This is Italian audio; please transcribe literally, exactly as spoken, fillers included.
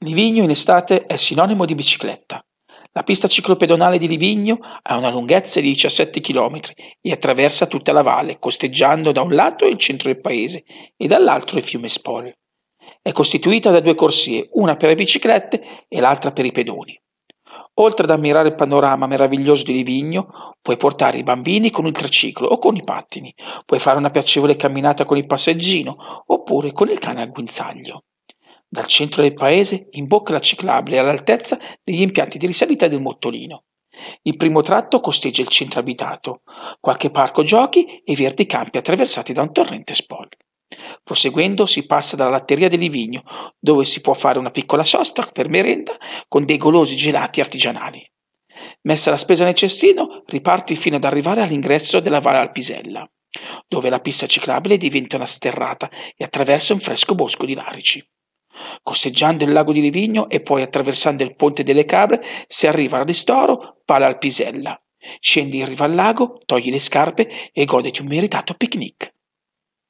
Livigno in estate è sinonimo di bicicletta. La pista ciclopedonale di Livigno ha una lunghezza di diciassette chilometri e attraversa tutta la valle, costeggiando da un lato il centro del paese e dall'altro il fiume Spol. È costituita da due corsie, una per le biciclette e l'altra per i pedoni. Oltre ad ammirare il panorama meraviglioso di Livigno, puoi portare i bambini con il triciclo o con i pattini, puoi fare una piacevole camminata con il passeggino oppure con il cane al guinzaglio. Dal centro del paese imbocca la ciclabile all'altezza degli impianti di risalita del Mottolino. Il primo tratto costeggia il centro abitato, qualche parco giochi e verdi campi attraversati da un torrente Spol. Proseguendo si passa dalla latteria di Livigno, dove si può fare una piccola sosta per merenda con dei golosi gelati artigianali. Messa la spesa nel cestino, riparti fino ad arrivare all'ingresso della Valle Alpisella, dove la pista ciclabile diventa una sterrata e attraversa un fresco bosco di larici. Costeggiando il lago di Livigno e poi attraversando il ponte delle Cabre si arriva al ristoro Valle Alpisella. Scendi in riva al lago, togli le scarpe e goditi un meritato picnic.